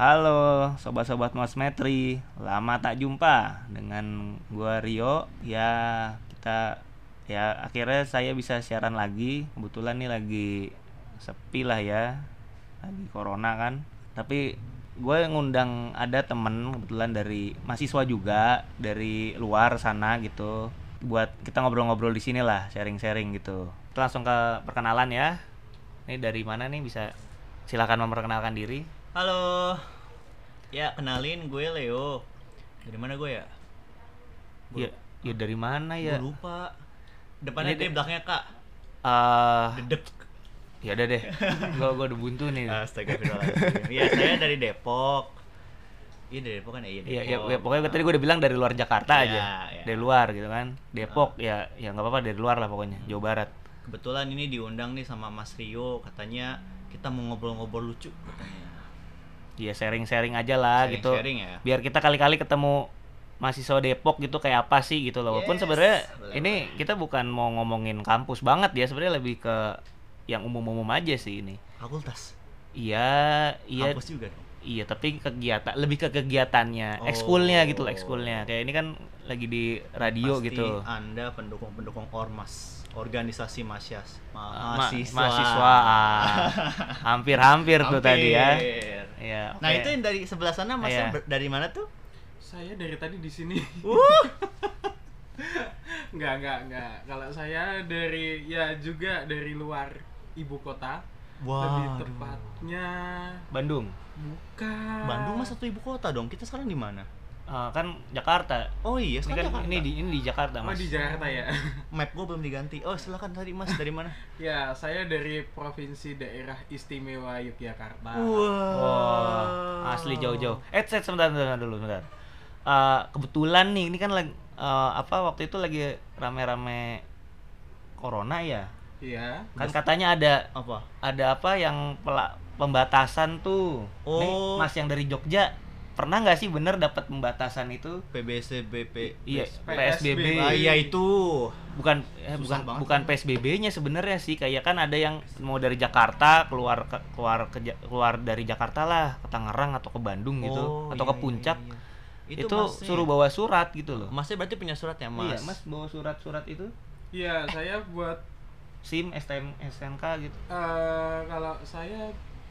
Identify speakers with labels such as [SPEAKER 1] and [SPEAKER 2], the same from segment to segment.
[SPEAKER 1] Halo sobat-sobat Mosmetri, lama tak jumpa dengan gua Rio. Akhirnya saya bisa siaran lagi. Kebetulan nih lagi sepi lah ya, lagi corona kan. Tapi gue ngundang ada temen kebetulan dari mahasiswa juga dari luar sana gitu. Buat kita ngobrol-ngobrol di sini lah, sharing-sharing gitu. Kita langsung ke perkenalan ya. Ini dari mana nih, bisa silakan memperkenalkan diri.
[SPEAKER 2] Halo, ya kenalin gue Leo. Dari mana gue ya?
[SPEAKER 1] Ya dari mana ya?
[SPEAKER 2] Gue lupa. Depannya
[SPEAKER 1] Ini
[SPEAKER 2] D, belakangnya K. Dedek.
[SPEAKER 1] Ya udah deh. Gua udah buntu nih.
[SPEAKER 2] Astagfirullahaladzim. Ya saya dari Depok. Iya dari Depok kan? Iya Depok.
[SPEAKER 1] Ya, pokoknya tadi gue udah bilang dari luar Jakarta aja.
[SPEAKER 2] Ya.
[SPEAKER 1] Dari luar gitu kan. Depok ya nggak apa-apa, dari luar lah pokoknya. Jawa Barat.
[SPEAKER 2] Kebetulan ini diundang nih sama Mas Rio. Katanya kita mau ngobrol-ngobrol lucu katanya.
[SPEAKER 1] Iya, sharing-sharing aja lah gitu.
[SPEAKER 2] Sharing ya.
[SPEAKER 1] Biar kita kali-kali ketemu mahasiswa Depok gitu kayak apa sih gitu loh. Walaupun sebenarnya ini kita bukan mau ngomongin kampus banget ya, sebenarnya lebih ke yang umum-umum aja sih ini.
[SPEAKER 2] Fakultas.
[SPEAKER 1] Iya.
[SPEAKER 2] Kampus juga dong.
[SPEAKER 1] Iya, tapi lebih ke kegiatannya, ekskulnya gitu loh, ekskulnya. Kayak ini kan lagi di radio
[SPEAKER 2] pasti
[SPEAKER 1] gitu.
[SPEAKER 2] Anda pendukung Ormas, organisasi mahasiswa.
[SPEAKER 1] Mahasiswa. Hampir tuh tadi ya. Iya.
[SPEAKER 2] Nah, itu yang dari sebelah sana Masnya dari mana tuh?
[SPEAKER 3] Saya dari tadi di sini. Enggak. Kalau saya juga dari luar ibu kota. Lebih tepatnya
[SPEAKER 1] Bandung.
[SPEAKER 3] Bukan.
[SPEAKER 2] Bandung mah satu ibu kota dong. Kita sekarang di mana?
[SPEAKER 1] Kan Jakarta.
[SPEAKER 2] Oh iya, sekarang
[SPEAKER 1] Jakarta. Ini di Jakarta, Mas.
[SPEAKER 3] Oh, di Jakarta ya.
[SPEAKER 2] Map gua belum diganti. Oh, silakan tadi Mas, dari mana?
[SPEAKER 3] Ya, saya dari Provinsi Daerah Istimewa Yogyakarta.
[SPEAKER 1] Wow. Asli jauh-jauh. Sebentar dulu. Kebetulan nih, ini kan lagi waktu itu lagi rame-rame corona ya.
[SPEAKER 3] Iya.
[SPEAKER 1] Kan katanya ada
[SPEAKER 2] apa?
[SPEAKER 1] Ada apa yang pembatasan tuh.
[SPEAKER 2] Oh.
[SPEAKER 1] Nih, Mas yang dari Jogja, pernah nggak sih bener dapat pembatasan itu?
[SPEAKER 2] PBSBB.
[SPEAKER 1] Iya, PSBB.
[SPEAKER 2] Ah, iya itu.
[SPEAKER 1] Bukan PSBB-nya sebenarnya sih, kayak kan ada yang mau dari Jakarta keluar dari Jakarta lah ke Tangerang atau ke Bandung gitu, atau ke Puncak. Iya. Itu suruh bawa surat gitu loh.
[SPEAKER 2] Masnya berarti punya surat ya, Mas?
[SPEAKER 1] Iya, Mas bawa surat itu.
[SPEAKER 3] Iya, saya buat
[SPEAKER 1] SIM, STM, SNK gitu.
[SPEAKER 3] Kalau saya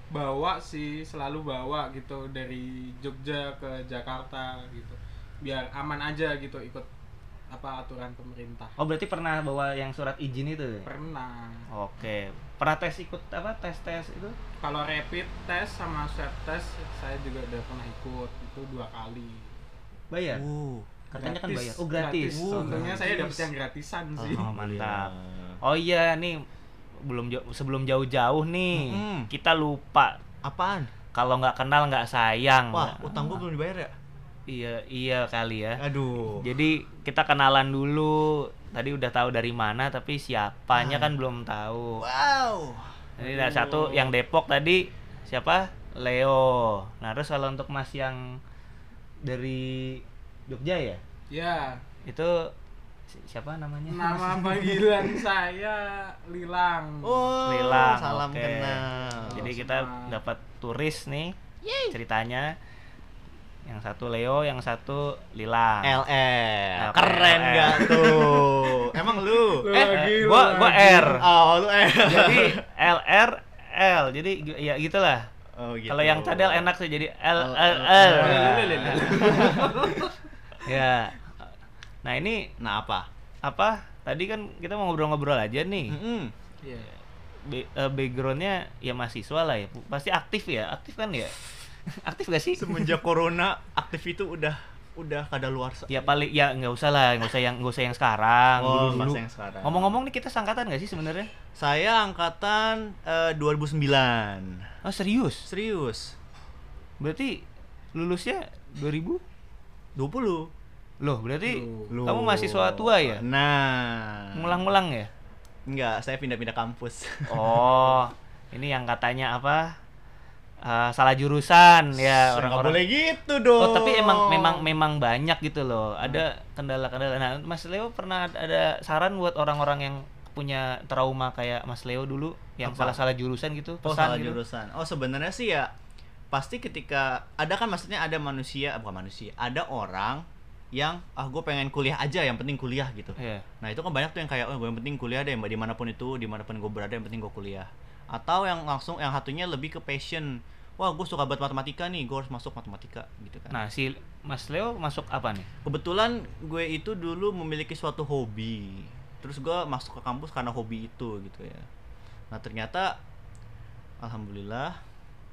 [SPEAKER 3] selalu bawa gitu dari Jogja ke Jakarta gitu. Biar aman aja gitu ikut aturan pemerintah.
[SPEAKER 1] Oh, berarti pernah bawa yang surat izin itu?
[SPEAKER 3] Pernah.
[SPEAKER 1] Oke. Pernah tes tes itu?
[SPEAKER 3] Kalau rapid test sama swab test saya juga udah pernah ikut, itu 2 kali.
[SPEAKER 1] Bayar? Katanya kan bayar. Oh, gratis.
[SPEAKER 3] Untungnya saya dapet yang gratisan sih.
[SPEAKER 1] Oh, mantap. Oh iya, nih sebelum jauh-jauh nih, kita lupa.
[SPEAKER 2] Apaan?
[SPEAKER 1] Kalau nggak kenal nggak sayang.
[SPEAKER 2] Wah, utang gua belum dibayar ya?
[SPEAKER 1] Iya kali ya.
[SPEAKER 2] Aduh.
[SPEAKER 1] Jadi kita kenalan dulu. Tadi udah tahu dari mana, tapi siapanya kan belum tahu.
[SPEAKER 2] Wow.
[SPEAKER 1] Ini ada satu yang Depok tadi, siapa? Leo. Nah, terus kalau untuk Mas yang dari Jogja ya?
[SPEAKER 3] Ya.
[SPEAKER 1] Itu siapa namanya?
[SPEAKER 3] Nama panggilan saya Lilang.
[SPEAKER 2] Oh,
[SPEAKER 1] Lilang.
[SPEAKER 2] salam
[SPEAKER 1] Oke.
[SPEAKER 2] kenal.
[SPEAKER 1] Jadi kita dapat turis nih. Ceritanya yang satu Leo, yang satu Lilang.
[SPEAKER 2] LR.
[SPEAKER 1] LR.
[SPEAKER 2] Keren gak tuh? Emang lu?
[SPEAKER 1] Gua R.
[SPEAKER 2] Oh, lu R.
[SPEAKER 1] Jadi LR L. Jadi ya gitulah.
[SPEAKER 2] Oh, gitu.
[SPEAKER 1] Kalau yang cadel enak sih, jadi L. Ya. Nah, ini
[SPEAKER 2] apa?
[SPEAKER 1] Tadi kan kita mau ngobrol-ngobrol aja nih.
[SPEAKER 3] Iya.
[SPEAKER 1] Backgroundnya ya mahasiswa lah ya. Pasti aktif kan ya? Aktif gak sih?
[SPEAKER 2] Semenjak corona aktif itu udah kadaluarsa.
[SPEAKER 1] Ya paling ya nggak usah yang sekarang.
[SPEAKER 2] Oh,
[SPEAKER 1] dulu.
[SPEAKER 2] yang sekarang.
[SPEAKER 1] Ngomong-ngomong nih, kita seangkatan nggak sih sebenarnya?
[SPEAKER 2] Saya angkatan 2009.
[SPEAKER 1] Oh, serius?
[SPEAKER 2] Serius.
[SPEAKER 1] Berarti lulusnya 2020?
[SPEAKER 2] 20.
[SPEAKER 1] Loh, berarti kamu mahasiswa tua ya?
[SPEAKER 2] Nah,
[SPEAKER 1] Ngulang-ngulang ya?
[SPEAKER 2] enggak, saya pindah-pindah kampus.
[SPEAKER 1] Oh, ini yang katanya salah jurusan ya
[SPEAKER 2] Nggak
[SPEAKER 1] orang-orang.
[SPEAKER 2] boleh gitu dong.
[SPEAKER 1] Oh, tapi memang banyak gitu loh. Ada kendala-kendala. Nah, Mas Leo pernah ada saran buat orang-orang yang punya trauma kayak Mas Leo dulu yang salah-salah jurusan gitu,
[SPEAKER 2] Oh,
[SPEAKER 1] pesan
[SPEAKER 2] salah
[SPEAKER 1] gitu?
[SPEAKER 2] jurusan. Oh, sebenarnya sih ya pasti ketika ada kan maksudnya ada bukan manusia, ada orang yang gue pengen kuliah aja, yang penting kuliah gitu.
[SPEAKER 1] Iya.
[SPEAKER 2] Nah itu kan banyak tuh yang kayak gue yang penting kuliah deh, dimanapun gue berada yang penting gue kuliah. Atau yang langsung yang satunya lebih ke passion, wah gue suka banget matematika nih, gue harus masuk matematika gitu kan.
[SPEAKER 1] Nah, si Mas Leo masuk apa nih?
[SPEAKER 2] Kebetulan gue itu dulu memiliki suatu hobi, terus gue masuk ke kampus karena hobi itu gitu ya. Nah ternyata alhamdulillah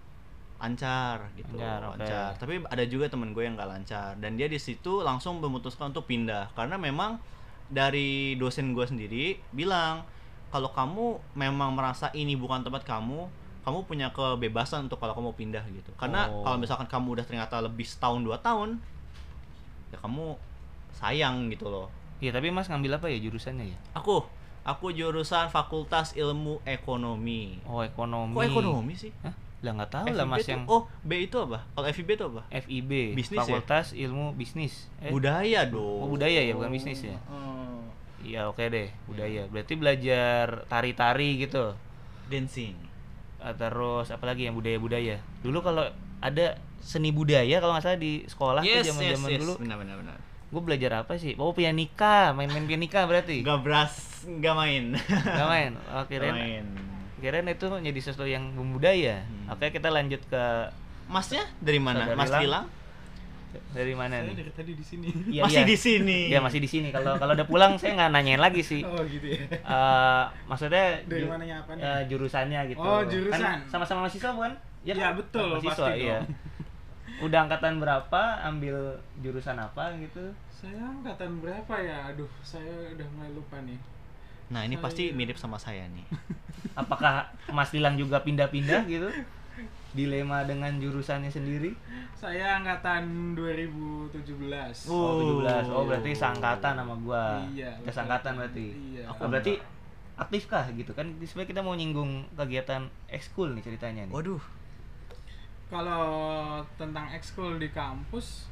[SPEAKER 2] lancar gitu.
[SPEAKER 1] Lancar.
[SPEAKER 2] Tapi ada juga temen gue yang nggak lancar, dan dia di situ langsung memutuskan untuk pindah karena memang dari dosen gue sendiri bilang kalau kamu memang merasa ini bukan tempat kamu punya kebebasan untuk kalau kamu mau pindah gitu. Karena kalau misalkan kamu udah ternyata lebih setahun 2 tahun, ya kamu sayang gitu loh.
[SPEAKER 1] Iya, tapi Mas ngambil apa ya jurusannya ya?
[SPEAKER 2] Aku jurusan Fakultas Ilmu Ekonomi.
[SPEAKER 1] Oh, ekonomi.
[SPEAKER 2] Kok ekonomi sih?
[SPEAKER 1] Hah? Lah nggak tahu
[SPEAKER 2] FIB
[SPEAKER 1] lah Mas
[SPEAKER 2] tuh,
[SPEAKER 1] yang
[SPEAKER 2] B itu apa? Kalau FIB itu apa?
[SPEAKER 1] FIB,
[SPEAKER 2] Bisnis
[SPEAKER 1] Fakultas Ilmu Bisnis.
[SPEAKER 2] Budaya dong.
[SPEAKER 1] Oh, budaya ya, bukan bisnis ya? Iya, oke deh, budaya. Berarti belajar tari-tari gitu.
[SPEAKER 2] Dancing.
[SPEAKER 1] Terus apalagi yang budaya-budaya. Dulu kalau ada seni budaya kalau nggak salah di sekolah tuh zaman-zaman dulu.
[SPEAKER 2] Benar.
[SPEAKER 1] Gue belajar apa sih? Oh, pianika, main-main pianika berarti.
[SPEAKER 2] Nggak main.
[SPEAKER 1] Nggak main. Oke, kirain itu jadi sesuatu yang budaya. Oke, kita lanjut ke
[SPEAKER 2] Masnya dari mana?
[SPEAKER 1] Saudara
[SPEAKER 2] Mas
[SPEAKER 1] Gilang.
[SPEAKER 2] Gilang?
[SPEAKER 1] Dari mana
[SPEAKER 3] Saya
[SPEAKER 1] nih?
[SPEAKER 3] dari tadi di sini.
[SPEAKER 1] Iya,
[SPEAKER 2] Masih
[SPEAKER 1] iya.
[SPEAKER 2] di sini.
[SPEAKER 1] Ya masih di sini. Kalau udah pulang saya nggak nanyain lagi sih.
[SPEAKER 3] Oh gitu ya.
[SPEAKER 1] Maksudnya
[SPEAKER 3] Dari mananya apa nih?
[SPEAKER 1] jurusannya gitu.
[SPEAKER 3] Oh, jurusan.
[SPEAKER 1] Kan sama-sama mahasiswa bukan?
[SPEAKER 3] Iya,
[SPEAKER 1] kan?
[SPEAKER 3] betul,
[SPEAKER 1] Mahasiswa,
[SPEAKER 3] pasti
[SPEAKER 1] iya.
[SPEAKER 3] dong.
[SPEAKER 1] Udah angkatan berapa? Ambil jurusan apa gitu?
[SPEAKER 3] Saya angkatan berapa ya? Aduh, saya udah mulai lupa nih.
[SPEAKER 2] Nah, ini
[SPEAKER 3] Saya-
[SPEAKER 2] pasti mirip sama saya nih.
[SPEAKER 1] Apakah Mas Dilang juga pindah-pindah gitu? Dilema dengan jurusannya sendiri?
[SPEAKER 3] Saya angkatan 2017.
[SPEAKER 1] Oh, 17. Oh, berarti seangkatan sama gua.
[SPEAKER 3] Iya,
[SPEAKER 1] Kita seangkatan berarti.
[SPEAKER 3] Iya.
[SPEAKER 1] Oh, berarti aktif kah gitu kan? Sebenarnya kita mau nyinggung kegiatan ekskul nih ceritanya nih.
[SPEAKER 2] Waduh.
[SPEAKER 3] Kalau tentang ekskul di kampus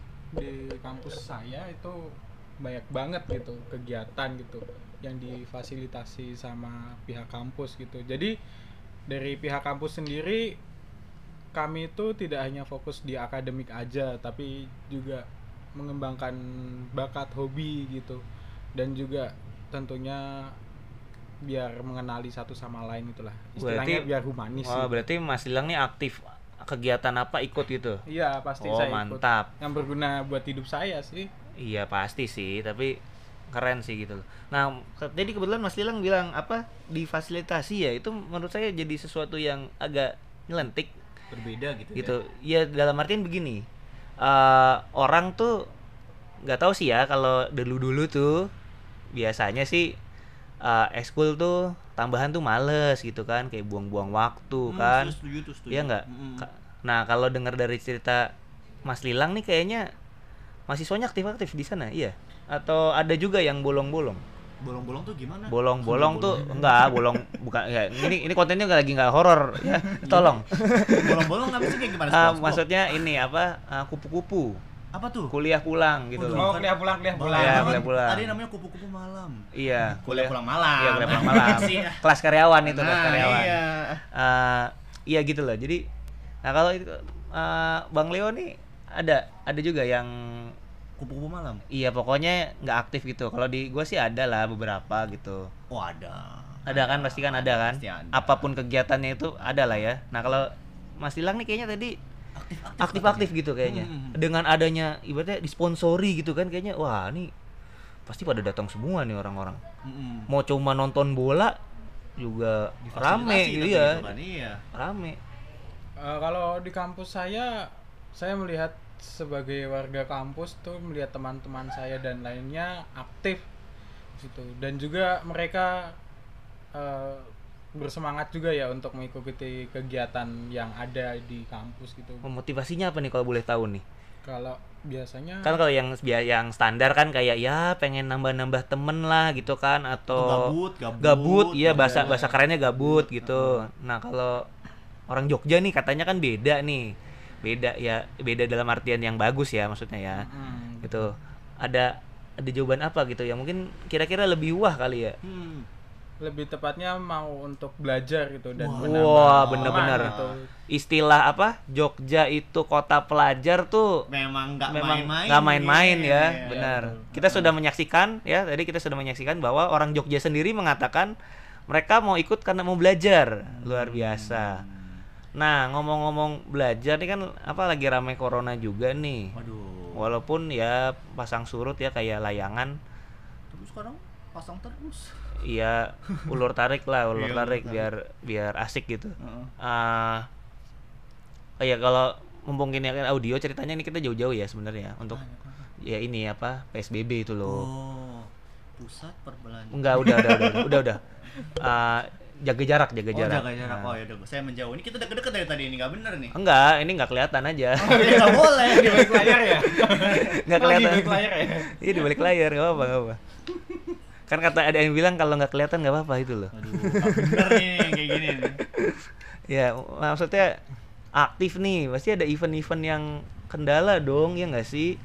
[SPEAKER 3] saya itu banyak banget gitu kegiatan gitu yang difasilitasi sama pihak kampus gitu. Jadi dari pihak kampus sendiri kami itu tidak hanya fokus di akademik aja, tapi juga mengembangkan bakat hobi gitu, dan juga tentunya biar mengenali satu sama lain itulah, istilahnya biar humanis.
[SPEAKER 1] Oh,
[SPEAKER 3] gitu.
[SPEAKER 1] berarti Mas Dilang nih aktif kegiatan apa ikut gitu?
[SPEAKER 3] Iya pasti
[SPEAKER 1] Oh,
[SPEAKER 3] saya
[SPEAKER 1] mantap.
[SPEAKER 3] ikut. Yang berguna buat hidup saya sih.
[SPEAKER 1] Iya pasti sih, tapi keren sih gitu loh. Nah, jadi kebetulan Mas Dilang bilang apa difasilitasi ya, itu menurut saya jadi sesuatu yang agak nyelentik
[SPEAKER 2] Berbeda gitu.
[SPEAKER 1] gitu. Ya dalam artian begini, orang tuh nggak tahu sih ya, kalau dulu tuh biasanya sih ekskul tuh tambahan tuh males gitu kan, kayak buang-buang waktu kan.
[SPEAKER 2] Setuju.
[SPEAKER 1] Iya nggak? Nah, kalau dengar dari cerita Mas Lilang nih kayaknya mahasiswanya aktif-aktif di sana, iya? Atau ada juga yang bolong-bolong?
[SPEAKER 2] Bolong-bolong tuh gimana?
[SPEAKER 1] Bolong-bolong tuh enggak, bolong bukan ya. Ini kontennya lagi enggak horor ya. Tolong.
[SPEAKER 2] Bolong-bolong apa sih kayak gimana? SpongeBob?
[SPEAKER 1] Maksudnya ini apa? Kupu-kupu.
[SPEAKER 2] Apa tuh?
[SPEAKER 1] Kuliah pulang gitu
[SPEAKER 2] Waduh.
[SPEAKER 1] loh.
[SPEAKER 3] Oh, kuliah pulang.
[SPEAKER 1] Iya, kuliah pulang.
[SPEAKER 2] Ada yang namanya kupu-kupu malam.
[SPEAKER 1] Iya,
[SPEAKER 2] Kuliah pulang malam.
[SPEAKER 1] Iya, kuliah pulang malam.
[SPEAKER 2] Sih.
[SPEAKER 1] Kelas karyawan itu, kelas
[SPEAKER 2] Nah,
[SPEAKER 1] karyawan.
[SPEAKER 2] iya.
[SPEAKER 1] Iya gitu loh. Jadi nah kalau itu Bang Leo nih ada juga yang
[SPEAKER 2] Kupu-kupu malam.
[SPEAKER 1] iya pokoknya nggak aktif gitu. Kalau di gua sih ada lah beberapa gitu.
[SPEAKER 2] Oh, ada.
[SPEAKER 1] Ada kan, pasti kan ada kan.
[SPEAKER 2] Pasti ada.
[SPEAKER 1] Apapun kegiatannya itu ada lah ya. Nah kalau Mas Dilang nih kayaknya tadi aktif gitu kayaknya. Dengan adanya ibaratnya disponsori gitu kan, kayaknya wah ini pasti pada datang semua nih orang-orang. Mau cuma nonton bola juga rame gitu ya.
[SPEAKER 2] Kan, iya.
[SPEAKER 1] Rame.
[SPEAKER 3] Kalau di kampus saya melihat sebagai warga kampus tuh melihat teman-teman saya dan lainnya aktif gitu, dan juga mereka bersemangat juga ya untuk mengikuti kegiatan yang ada di kampus gitu.
[SPEAKER 1] Motivasinya apa nih kalau boleh tahu nih?
[SPEAKER 3] Kalau biasanya
[SPEAKER 1] Kan kalau yang standar kan kayak ya pengen nambah-nambah temen lah gitu kan, atau gabut, iya bahasa kerennya gabut gitu. Nah kalau orang Jogja nih katanya kan beda nih, beda dalam artian yang bagus ya maksudnya ya. Gitu. Ada jawaban apa gitu ya, mungkin kira-kira lebih wah kali ya.
[SPEAKER 3] lebih tepatnya mau untuk belajar gitu dan
[SPEAKER 1] Wah,
[SPEAKER 3] menambah
[SPEAKER 1] bener-bener.
[SPEAKER 3] teman gitu.
[SPEAKER 1] Istilah apa? Jogja itu kota pelajar tuh
[SPEAKER 2] Memang nggak
[SPEAKER 1] memang
[SPEAKER 2] main-main.
[SPEAKER 1] nggak main-main
[SPEAKER 2] nih.
[SPEAKER 1] ya,
[SPEAKER 2] Iya,
[SPEAKER 1] benar.
[SPEAKER 2] betul.
[SPEAKER 1] Kita sudah menyaksikan ya, tadi kita sudah menyaksikan bahwa orang Jogja sendiri mengatakan mereka mau ikut karena mau belajar. Luar biasa. Nah, ngomong-ngomong belajar nih kan apa lagi ramai corona juga nih.
[SPEAKER 2] Waduh.
[SPEAKER 1] Walaupun ya pasang surut ya kayak layangan,
[SPEAKER 2] Terus sekarang pasang terus.
[SPEAKER 1] iya ulur tarik lah, ulur
[SPEAKER 2] Iya,
[SPEAKER 1] tarik
[SPEAKER 2] ulur tarik.
[SPEAKER 1] biar asik gitu.
[SPEAKER 2] Heeh.
[SPEAKER 1] Ya kalau mumpung gini kan audio ceritanya ini kita jauh-jauh ya sebenarnya untuk ya ini apa PSBB itu loh.
[SPEAKER 2] Oh, pusat perbelanjaan.
[SPEAKER 1] Enggak, udah. Jaga jarak.
[SPEAKER 2] Oh, jaga jarak.
[SPEAKER 1] Nah.
[SPEAKER 2] Oh, ya udah. Saya menjauh. Ini kita deket-deket dari tadi, ini nggak bener nih.
[SPEAKER 1] Enggak, ini nggak kelihatan aja.
[SPEAKER 2] Ya nggak boleh.
[SPEAKER 3] Di balik layar ya.
[SPEAKER 1] Nggak
[SPEAKER 3] Oh, di
[SPEAKER 1] kelihatan.
[SPEAKER 3] balik layar ya.
[SPEAKER 1] Iya di balik layar, nggak apa. Kan kata ada yang bilang kalau nggak kelihatan nggak apa-apa itu loh.
[SPEAKER 2] Aduh, nggak bener nih kayak gini nih.
[SPEAKER 1] Ya maksudnya aktif nih, pasti ada event-event yang kendala dong, ya nggak sih?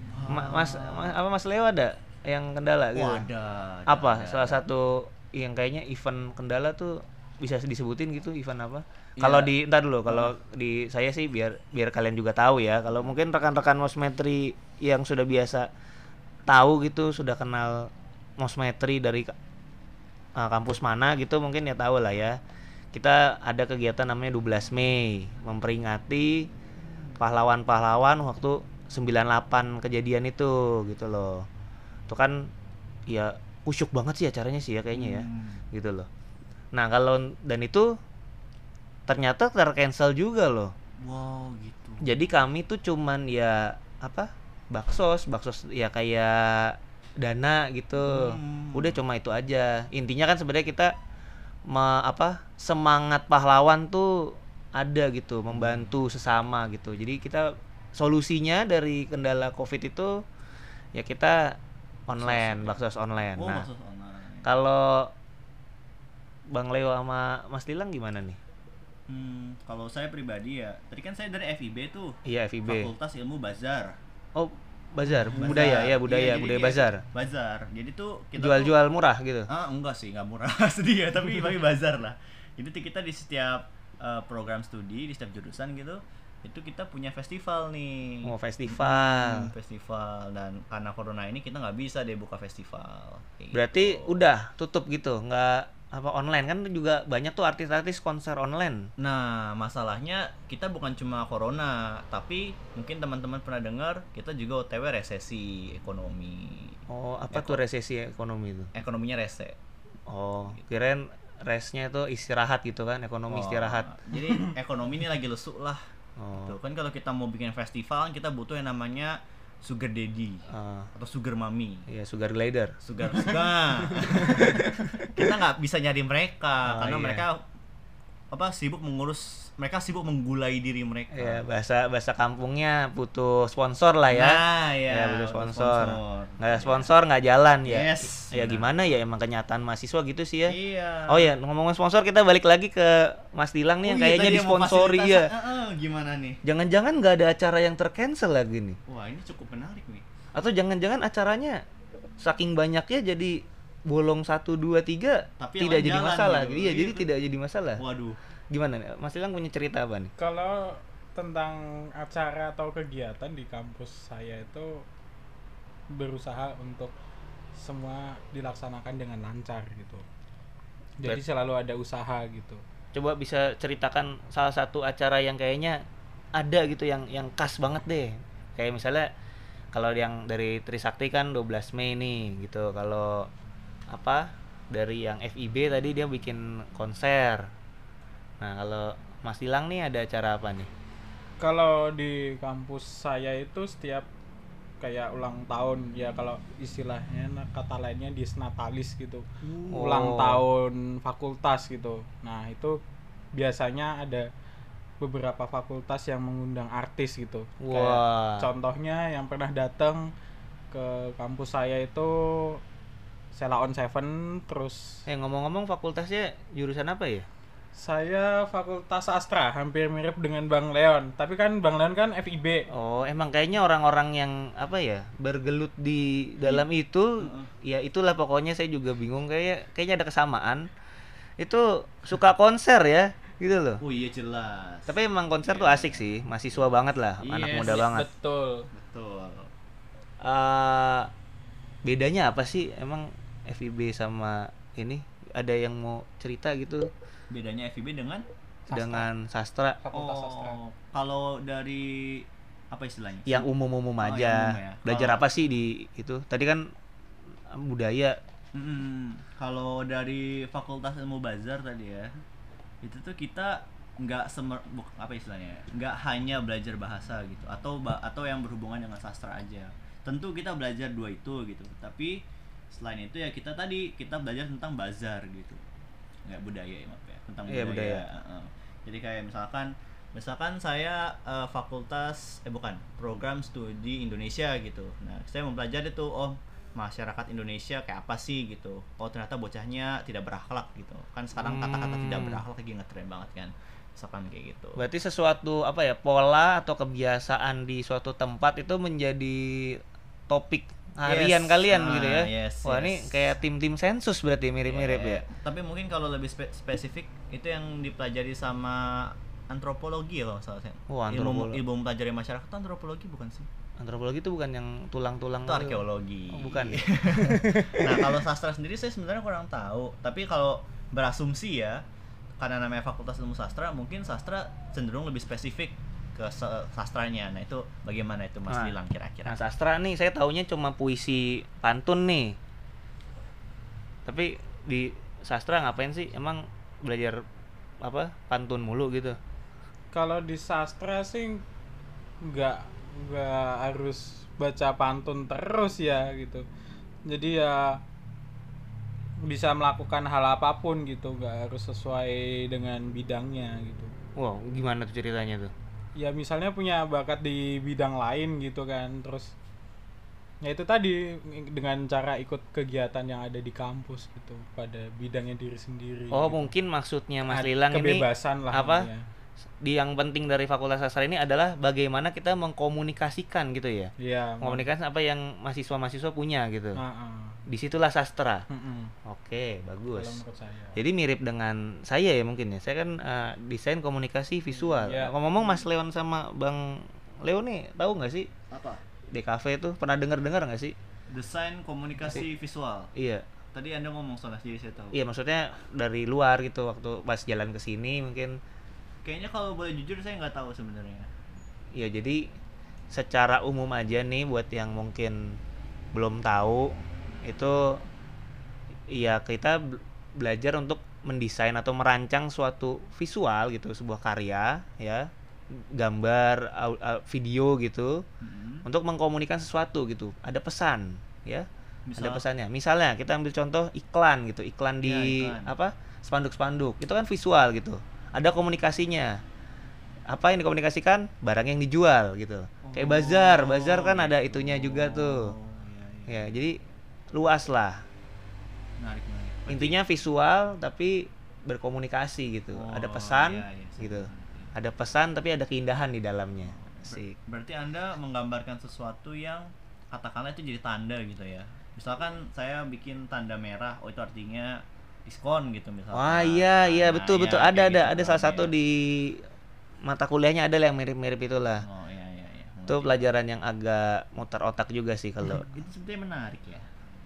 [SPEAKER 1] Mas Leo ada yang kendala gitu?
[SPEAKER 2] Oh, ada.
[SPEAKER 1] Apa?
[SPEAKER 2] Ada.
[SPEAKER 1] Salah satu yang kayaknya event kendala tuh bisa disebutin gitu event apa?
[SPEAKER 2] Iya.
[SPEAKER 1] Kalau di entar dulu, kalau di saya sih biar kalian juga tahu ya. Kalau mungkin rekan-rekan Mosmetri yang sudah biasa tahu gitu, sudah kenal Mosmetri dari kampus mana gitu mungkin ya tahu lah ya. Kita ada kegiatan namanya 12 Mei memperingati pahlawan-pahlawan waktu 98 kejadian itu gitu loh. Itu kan ya kusyuk banget sih acaranya sih ya kayaknya ya. Gitu loh. Nah, kalau dan itu ternyata tercancel juga loh.
[SPEAKER 2] Wow, gitu.
[SPEAKER 1] Jadi kami tuh cuman ya apa? Baksos ya kayak dana gitu. Udah cuma itu aja. Intinya kan sebenarnya kita semangat pahlawan tuh ada gitu, membantu sesama gitu. Jadi kita solusinya dari kendala Covid itu ya kita online, baksos online.
[SPEAKER 2] Oh,
[SPEAKER 1] Nah,
[SPEAKER 2] maksud online.
[SPEAKER 1] kalau Bang Leo sama Mas Dilang gimana nih?
[SPEAKER 2] Kalau saya pribadi ya, tadi kan saya dari FIB tuh.
[SPEAKER 1] Iya, FIB.
[SPEAKER 2] Fakultas Ilmu Bazar.
[SPEAKER 1] Oh, bazar, budaya ya, budaya bazar.
[SPEAKER 2] Bazar. Jadi tuh kita
[SPEAKER 1] Jual-jual murah gitu.
[SPEAKER 2] enggak sih, enggak murah sedih ya, tapi bazar lah. Jadi tuh kita di setiap program studi, di setiap jurusan gitu, itu kita punya festival nih.
[SPEAKER 1] Oh, festival.
[SPEAKER 2] Festival, dan karena corona ini kita nggak bisa deh buka festival. Kayak
[SPEAKER 1] Berarti
[SPEAKER 2] gitu.
[SPEAKER 1] udah tutup gitu, nggak apa online kan juga banyak tuh artis-artis konser online.
[SPEAKER 2] Nah, masalahnya kita bukan cuma corona, tapi mungkin teman-teman pernah dengar kita juga OTW resesi ekonomi.
[SPEAKER 1] Oh, apa tuh resesi ekonomi itu?
[SPEAKER 2] Ekonominya rese.
[SPEAKER 1] Oh, kirain resnya itu istirahat gitu kan, ekonomi istirahat.
[SPEAKER 2] Jadi ekonomi ini lagi lesu lah.
[SPEAKER 1] Oh.
[SPEAKER 2] Gitu. Kan kalau kita mau bikin festival, kita butuh yang namanya sugar daddy atau sugar mommy.
[SPEAKER 1] Iya, sugar glider.
[SPEAKER 2] Sugar. Kita nggak bisa nyari mereka karena
[SPEAKER 1] iya.
[SPEAKER 2] mereka sibuk menggulai diri mereka.
[SPEAKER 1] Ya, bahasa kampungnya butuh sponsor lah ya.
[SPEAKER 2] Nah, ya,
[SPEAKER 1] butuh
[SPEAKER 2] butuh
[SPEAKER 1] sponsor.
[SPEAKER 2] sponsor.
[SPEAKER 1] Nggak ada sponsor nggak jalan ya.
[SPEAKER 2] Yes,
[SPEAKER 1] Ya
[SPEAKER 2] benar.
[SPEAKER 1] gimana ya emang kenyataan mahasiswa gitu sih ya.
[SPEAKER 2] Iya.
[SPEAKER 1] Oh ya, ngomongin sponsor kita balik lagi ke Mas Dilang nih yang kayaknya
[SPEAKER 2] tadi mau
[SPEAKER 1] disponsori
[SPEAKER 2] fasilitas.
[SPEAKER 1] ya.
[SPEAKER 2] Gimana nih?
[SPEAKER 1] Jangan-jangan nggak ada acara yang tercancel lagi nih.
[SPEAKER 2] Wah, ini cukup menarik nih.
[SPEAKER 1] Atau jangan-jangan acaranya saking banyaknya jadi bolong 1 2 3
[SPEAKER 2] Tapi yang
[SPEAKER 1] tidak
[SPEAKER 2] lain
[SPEAKER 1] jadi
[SPEAKER 2] jalan
[SPEAKER 1] masalah.
[SPEAKER 2] gitu.
[SPEAKER 1] Iya,
[SPEAKER 2] Iya,
[SPEAKER 1] jadi
[SPEAKER 2] tuh.
[SPEAKER 1] tidak jadi masalah.
[SPEAKER 2] Waduh.
[SPEAKER 1] Gimana nih? Mas Dilang punya cerita apa nih?
[SPEAKER 3] Kalau tentang acara atau kegiatan di kampus saya itu berusaha untuk semua dilaksanakan dengan lancar gitu. Jadi selalu ada usaha gitu.
[SPEAKER 1] Coba bisa ceritakan salah satu acara yang kayaknya ada gitu yang khas banget deh. Kayak misalnya kalau yang dari Trisakti kan 12 Mei nih gitu. Kalau apa dari yang FIB tadi dia bikin konser. Nah, kalau Mas Dilang nih ada acara apa nih?
[SPEAKER 3] Kalau di kampus saya itu setiap kayak ulang tahun ya, kalau istilahnya kata lainnya disnatalis gitu. Ulang tahun fakultas gitu. Nah, itu biasanya ada beberapa fakultas yang mengundang artis gitu.
[SPEAKER 1] Wah.
[SPEAKER 3] Kayak contohnya yang pernah datang ke kampus saya itu Sheila on 7, terus
[SPEAKER 1] Ngomong-ngomong fakultasnya jurusan apa ya?
[SPEAKER 3] Saya Fakultas Sastra, hampir mirip dengan Bang Leon. Tapi kan Bang Leon kan FIB.
[SPEAKER 1] Oh, emang kayaknya orang-orang yang apa ya, bergelut di dalam itu, ya itulah pokoknya saya juga bingung kayaknya ada kesamaan. Itu suka konser ya, gitu loh.
[SPEAKER 2] Oh iya jelas.
[SPEAKER 1] Tapi emang konser tuh asik sih, mahasiswa banget lah, anak
[SPEAKER 2] Yes,
[SPEAKER 1] muda banget.
[SPEAKER 3] Betul.
[SPEAKER 2] Betul.
[SPEAKER 1] Eh, bedanya apa sih emang FIB sama ini? Ada yang mau cerita gitu
[SPEAKER 2] Bedanya FIB dengan
[SPEAKER 1] dengan sastra
[SPEAKER 3] Fakultas Sastra.
[SPEAKER 2] kalau dari apa istilahnya?
[SPEAKER 1] yang umum-umum
[SPEAKER 2] Oh, yang
[SPEAKER 1] aja.
[SPEAKER 2] umum ya.
[SPEAKER 1] Belajar
[SPEAKER 2] Kalau-
[SPEAKER 1] apa sih di itu? Tadi kan budaya.
[SPEAKER 2] Kalau dari Fakultas Ilmu Bazar tadi ya, itu tuh kita apa istilahnya? Nggak hanya belajar bahasa gitu, atau yang berhubungan dengan sastra aja. Tentu kita belajar dua itu gitu, tapi selain itu ya kita belajar tentang bazar gitu, nggak budaya ya maaf ya, tentang
[SPEAKER 1] Iya, budaya.
[SPEAKER 2] Heeh. Jadi kayak misalkan saya fakultas bukan program studi Indonesia gitu. Nah saya mempelajari tuh masyarakat Indonesia kayak apa sih gitu. Oh ternyata bocahnya tidak berakhlak gitu. Kan sekarang kata-kata tidak berakhlak lagi ngetren banget kan. Misalkan kayak gitu.
[SPEAKER 1] Berarti sesuatu apa ya, pola atau kebiasaan di suatu tempat itu menjadi topik harian
[SPEAKER 2] Yes.
[SPEAKER 1] kalian
[SPEAKER 2] Ah,
[SPEAKER 1] gitu ya.
[SPEAKER 2] yes,
[SPEAKER 1] Wah,
[SPEAKER 2] yes.
[SPEAKER 1] ini kayak tim-tim sensus berarti mirip-mirip ya.
[SPEAKER 2] Tapi mungkin kalau lebih spesifik itu yang dipelajari sama antropologi ya kalau nggak salah saya.
[SPEAKER 1] Oh, antropologi.
[SPEAKER 2] Ilmu mempelajari masyarakat itu antropologi bukan sih?
[SPEAKER 1] Antropologi itu bukan yang tulang-tulang
[SPEAKER 2] Itu arkeologi.
[SPEAKER 1] Oh, bukan.
[SPEAKER 2] Nah kalau sastra sendiri saya sebenarnya kurang tahu. Tapi kalau berasumsi ya, karena namanya Fakultas Ilmu Sastra, mungkin sastra cenderung lebih spesifik ke sastranya. Nah itu bagaimana itu Mas
[SPEAKER 1] Nah,
[SPEAKER 2] Lilang kira-kira?
[SPEAKER 1] Nah, sastra nih saya taunya cuma puisi pantun nih. Tapi di sastra ngapain sih? Emang belajar apa? Pantun mulu gitu.
[SPEAKER 3] Kalau di sastra sih nggak harus baca pantun terus ya gitu. Jadi ya bisa melakukan hal apapun gitu, nggak harus sesuai dengan bidangnya gitu.
[SPEAKER 1] Wow, gimana tuh ceritanya tuh?
[SPEAKER 3] Ya misalnya punya bakat di bidang lain gitu kan, terus ya itu tadi dengan cara ikut kegiatan yang ada di kampus gitu pada bidangnya diri sendiri.
[SPEAKER 1] Oh,
[SPEAKER 3] gitu.
[SPEAKER 1] mungkin maksudnya Mas Lilang ini
[SPEAKER 3] kebebasan lah
[SPEAKER 1] apa?
[SPEAKER 3] intinya.
[SPEAKER 1] Yang penting dari Fakultas Sastra ini adalah bagaimana kita mengkomunikasikan gitu ya.
[SPEAKER 3] Iya.
[SPEAKER 1] Komunikasi apa yang mahasiswa-mahasiswa punya gitu.
[SPEAKER 3] Heeh.
[SPEAKER 1] Disitulah sastra.
[SPEAKER 3] Heeh.
[SPEAKER 1] Oke, bagus.
[SPEAKER 3] Kalau menurut saya.
[SPEAKER 1] Jadi mirip dengan saya ya mungkin ya. Saya kan desain komunikasi visual.
[SPEAKER 3] Iya.
[SPEAKER 1] Ngomong-ngomong Mas Leon sama Bang Leo nih, tahu nggak sih
[SPEAKER 2] Apa?
[SPEAKER 1] DKV itu pernah dengar nggak sih?
[SPEAKER 2] Desain komunikasi visual.
[SPEAKER 1] Iya.
[SPEAKER 2] Tadi Anda ngomong soalnya jadi saya tahu.
[SPEAKER 1] Iya, maksudnya dari luar gitu waktu pas jalan ke sini mungkin.
[SPEAKER 2] Kayaknya kalau boleh jujur saya nggak tahu sebenarnya.
[SPEAKER 1] Ya jadi secara umum aja nih buat yang mungkin belum tahu itu ya kita belajar untuk mendesain atau merancang suatu visual gitu, sebuah karya ya, gambar, video gitu untuk mengkomunikasikan sesuatu gitu. Ada pesan ya. Ada pesannya. Misalnya kita ambil contoh iklan gitu, iklan di
[SPEAKER 2] Ya, iklan.
[SPEAKER 1] apa? Spanduk-spanduk. Itu kan visual gitu. Ada komunikasinya. Apa yang dikomunikasikan? Barang yang dijual gitu. Kayak bazar kan ada itunya juga tuh.
[SPEAKER 2] Iya.
[SPEAKER 1] Ya, jadi luas lah.
[SPEAKER 2] Menarik. Berarti-
[SPEAKER 1] Intinya visual tapi berkomunikasi gitu.
[SPEAKER 2] Oh,
[SPEAKER 1] Ada pesan
[SPEAKER 2] iya, iya, saya
[SPEAKER 1] gitu.
[SPEAKER 2] mengerti.
[SPEAKER 1] Ada pesan tapi ada keindahan di dalamnya. Asik.
[SPEAKER 2] Berarti Anda menggambarkan sesuatu yang katakanlah itu jadi tanda gitu ya. Misalkan saya bikin tanda merah, oh itu artinya diskon gitu misalkan.
[SPEAKER 1] Wah, iya
[SPEAKER 2] Nah,
[SPEAKER 1] betul.
[SPEAKER 2] ya,
[SPEAKER 1] Ada
[SPEAKER 2] kayak gitu
[SPEAKER 1] salah
[SPEAKER 2] kan,
[SPEAKER 1] satu
[SPEAKER 2] ya.
[SPEAKER 1] di mata kuliahnya ada lah yang mirip-mirip itulah.
[SPEAKER 2] Oh iya.
[SPEAKER 1] Itu pelajaran yang agak muter otak juga sih kalau
[SPEAKER 2] Itu sebenarnya menarik ya.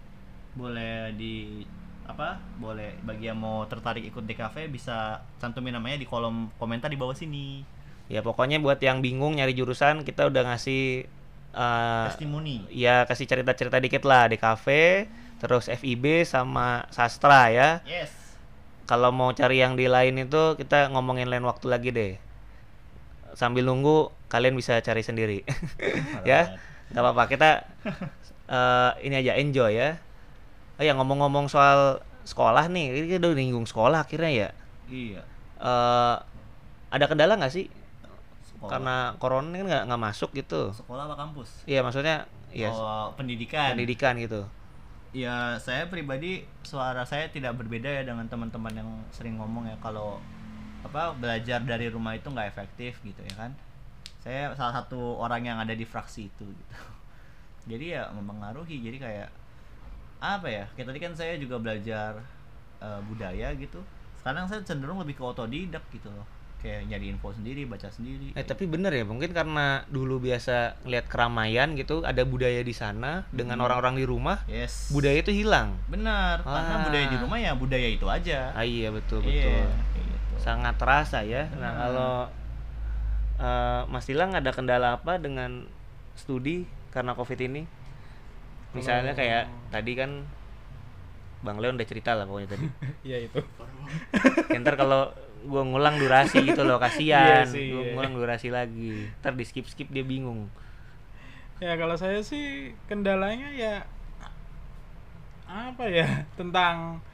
[SPEAKER 2] Boleh bagi yang mau tertarik ikut DKV bisa cantumin namanya di kolom komentar di bawah sini.
[SPEAKER 1] ya pokoknya buat yang bingung nyari jurusan kita udah ngasih
[SPEAKER 2] Testimoni.
[SPEAKER 1] ya kasih cerita-cerita dikit lah di kafe, terus FIB sama sastra ya.
[SPEAKER 2] Yes.
[SPEAKER 1] Kalau mau cari yang di lain itu kita ngomongin lain waktu lagi deh. Sambil nunggu kalian bisa cari sendiri. Ya, nggak apa-apa kita ini aja enjoy ya. Oh ya ngomong-ngomong soal sekolah nih, ini kita udah nyinggung sekolah akhirnya ya.
[SPEAKER 2] Iya.
[SPEAKER 1] Ada kendala nggak sih?
[SPEAKER 2] Sekolah.
[SPEAKER 1] Karena corona kan nggak masuk gitu.
[SPEAKER 2] Sekolah apa kampus?
[SPEAKER 1] Iya maksudnya ya
[SPEAKER 2] Pendidikan.
[SPEAKER 1] pendidikan gitu.
[SPEAKER 2] Ya saya pribadi suara saya tidak berbeda ya dengan teman-teman yang sering ngomong ya kalau belajar dari rumah itu nggak efektif gitu ya kan. Saya salah satu orang yang ada di fraksi itu gitu. Jadi ya mempengaruhi, jadi kayak apa ya, kayak tadi kan saya juga belajar budaya gitu, sekarang saya cenderung lebih ke otodidak gitu loh, kayak nyari info sendiri, baca sendiri.
[SPEAKER 1] Tapi bener ya, mungkin karena dulu biasa lihat keramaian gitu, ada budaya di sana dengan orang-orang di rumah,
[SPEAKER 2] Yes,
[SPEAKER 1] budaya itu hilang.
[SPEAKER 2] benar, karena budaya di rumah ya budaya itu aja.
[SPEAKER 1] Iya betul
[SPEAKER 2] Iya, kayak gitu.
[SPEAKER 1] sangat terasa ya. Nah kalau Mas Tilang ada kendala apa dengan studi karena COVID ini? Misalnya kayak tadi kan Bang Leon udah cerita lah pokoknya tadi.
[SPEAKER 3] Iya itu.
[SPEAKER 1] Ntar kalau gue ngulang durasi gitu loh, kasihan.
[SPEAKER 3] Iya sih,
[SPEAKER 1] Gue
[SPEAKER 3] iya.
[SPEAKER 1] ngulang durasi lagi. Ntar di skip dia bingung.
[SPEAKER 3] Ya kalau saya sih kendalanya ya apa ya, tentang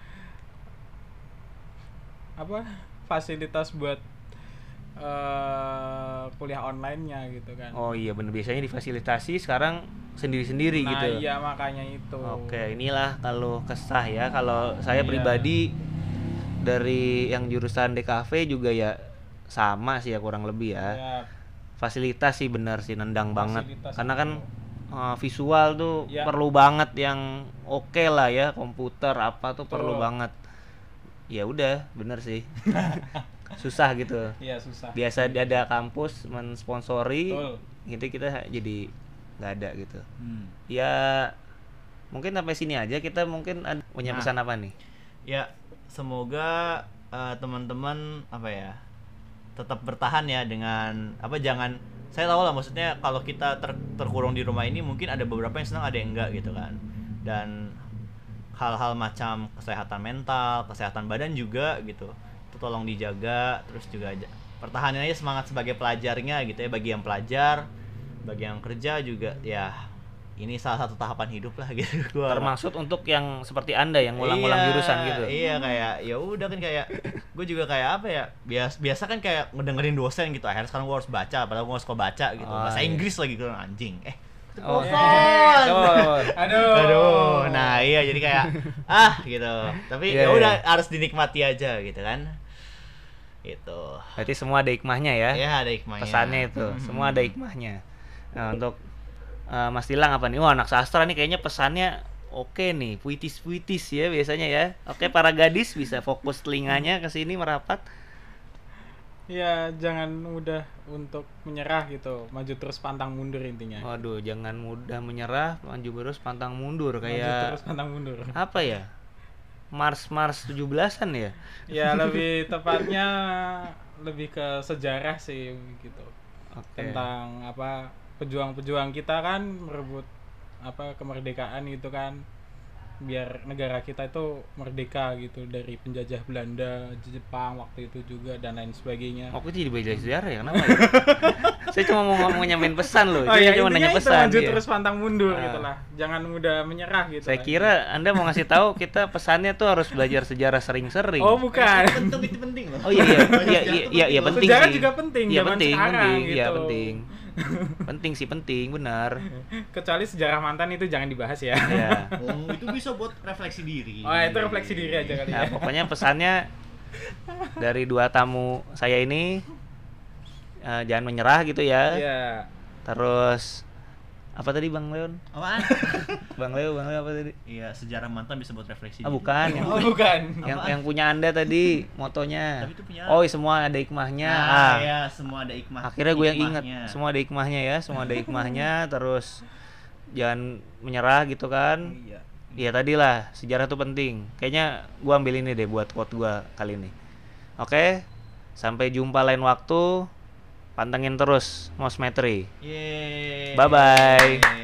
[SPEAKER 3] apa, fasilitas buat kuliah online-nya gitu kan.
[SPEAKER 1] Oh iya bener, biasanya difasilitasi, sekarang sendiri-sendiri
[SPEAKER 3] Nah,
[SPEAKER 1] gitu.
[SPEAKER 3] iya makanya itu.
[SPEAKER 1] Oke, inilah kalau kesah ya. Kalau saya
[SPEAKER 3] Iya.
[SPEAKER 1] pribadi dari yang jurusan DKV juga ya sama sih ya kurang lebih ya.
[SPEAKER 3] Ya,
[SPEAKER 1] Fasilitas sih bener sih nendang banget.
[SPEAKER 3] Fasilitas
[SPEAKER 1] Karena
[SPEAKER 3] itu.
[SPEAKER 1] kan visual tuh
[SPEAKER 3] Ya.
[SPEAKER 1] perlu banget yang oke lah ya, komputer apa tuh perlu
[SPEAKER 3] Betul.
[SPEAKER 1] banget. Ya udah, bener sih. Susah gitu.
[SPEAKER 3] iya susah.
[SPEAKER 1] Biasa ada kampus mensponsori,
[SPEAKER 3] Betul.
[SPEAKER 1] gitu kita jadi nggak ada gitu.
[SPEAKER 2] Hmm.
[SPEAKER 1] Ya mungkin sampai sini aja, kita mungkin punya
[SPEAKER 2] Nah.
[SPEAKER 1] pesan apa nih?
[SPEAKER 2] Ya, semoga teman-teman apa ya, tetap bertahan ya dengan apa, jangan, saya tahu lah maksudnya kalau kita terkurung di rumah ini mungkin ada beberapa yang senang, ada yang enggak gitu kan. Dan hal-hal macam kesehatan mental, kesehatan badan juga gitu, itu tolong dijaga. Terus juga pertahanin aja semangat sebagai pelajarnya gitu ya, bagi yang pelajar, bagi yang kerja juga ya, ini salah satu tahapan hidup lah gitu. Gua
[SPEAKER 1] Termaksud untuk yang seperti Anda yang ngulang-ngulang jurusan gitu.
[SPEAKER 2] Iya, kayak ya udah kan, kayak gue juga kayak apa ya, biasa kan kayak ngedengerin dosen gitu, akhirnya sekarang gue harus baca, padahal gue gak suka baca gitu.
[SPEAKER 1] Oh,
[SPEAKER 2] Bahasa
[SPEAKER 1] iya.
[SPEAKER 2] Inggris lagi, gue anjing.
[SPEAKER 1] Oh,
[SPEAKER 2] telepon.
[SPEAKER 1] oh.
[SPEAKER 2] Aduh. Nah, iya jadi kayak gitu. Tapi
[SPEAKER 1] Iya,
[SPEAKER 2] ya udah
[SPEAKER 1] iya.
[SPEAKER 2] harus dinikmati aja gitu kan. Itu.
[SPEAKER 1] Berarti semua ada hikmahnya ya.
[SPEAKER 2] Ya, ada hikmahnya.
[SPEAKER 1] Pesannya itu, semua ada hikmahnya. Nah, untuk Mas Tilang apa nih? Wah, anak sastra nih kayaknya pesannya oke nih, puitis-puitis ya biasanya ya. Oke, para gadis bisa fokus telinganya ke sini merapat.
[SPEAKER 3] Ya jangan mudah untuk menyerah gitu, maju terus pantang mundur intinya.
[SPEAKER 1] Waduh, jangan mudah menyerah, maju terus pantang mundur
[SPEAKER 3] Maju
[SPEAKER 1] kayak
[SPEAKER 3] terus pantang mundur.
[SPEAKER 1] apa ya? Mars 17-an ya.
[SPEAKER 3] Ya lebih tepatnya lebih ke sejarah sih gitu.
[SPEAKER 1] Oke.
[SPEAKER 3] Tentang apa, pejuang-pejuang kita kan merebut apa kemerdekaan gitu kan, biar negara kita itu merdeka gitu dari penjajah Belanda, Jepang waktu itu juga dan lain sebagainya.
[SPEAKER 1] Aku jadi belajar sejarah ya, kenapa ya? Saya cuma mau nyampein pesan loh.
[SPEAKER 3] Oh
[SPEAKER 1] Saya
[SPEAKER 3] ya,
[SPEAKER 1] cuma
[SPEAKER 3] intinya
[SPEAKER 1] nanya
[SPEAKER 3] itu
[SPEAKER 1] pesan.
[SPEAKER 3] maju
[SPEAKER 1] iya.
[SPEAKER 3] terus pantang mundur
[SPEAKER 1] Ah.
[SPEAKER 3] gitulah. Jangan mudah menyerah gitu.
[SPEAKER 1] Saya
[SPEAKER 3] lah.
[SPEAKER 1] kira Anda mau ngasih tahu kita pesannya tuh harus belajar sejarah sering-sering.
[SPEAKER 3] Oh bukan.
[SPEAKER 2] Itu penting loh.
[SPEAKER 1] Oh iya penting
[SPEAKER 3] Sejarah
[SPEAKER 1] sih.
[SPEAKER 3] juga penting
[SPEAKER 1] Iya
[SPEAKER 3] zaman
[SPEAKER 1] penting,
[SPEAKER 3] sekarang
[SPEAKER 1] penting,
[SPEAKER 3] gitu.
[SPEAKER 1] iya penting. Penting sih, penting, benar.
[SPEAKER 3] Kecuali sejarah mantan itu jangan dibahas ya.
[SPEAKER 1] Ya.
[SPEAKER 2] Itu bisa buat refleksi diri.
[SPEAKER 3] Oh itu refleksi diri aja kali
[SPEAKER 1] Nah,
[SPEAKER 3] ya.
[SPEAKER 1] pokoknya pesannya dari dua tamu saya ini, jangan menyerah gitu ya.
[SPEAKER 3] Iya.
[SPEAKER 1] Terus apa tadi Bang Leon?
[SPEAKER 2] Apaan?
[SPEAKER 1] Bang Leon apa tadi?
[SPEAKER 2] Iya, sejarah mantan bisa buat refleksi
[SPEAKER 1] Ah
[SPEAKER 2] diri.
[SPEAKER 1] bukan,
[SPEAKER 3] Oh bukan.
[SPEAKER 1] yang punya Anda tadi motonya.
[SPEAKER 2] Tapi itu punya-
[SPEAKER 1] Oh, semua ada hikmahnya.
[SPEAKER 2] Ya, semua ada hikmah.
[SPEAKER 1] Akhirnya gue yang ingat,
[SPEAKER 2] hikmahnya.
[SPEAKER 1] semua ada hikmahnya ya, semua ada hikmahnya. Terus jangan menyerah gitu kan.
[SPEAKER 2] Iya.
[SPEAKER 1] Ya tadi lah, sejarah tuh penting. Kayaknya gue ambil ini deh buat quote gue kali ini. Oke, sampai jumpa lain waktu. Pantengin terus Mosmetri.
[SPEAKER 2] Yeay.
[SPEAKER 1] Bye-bye.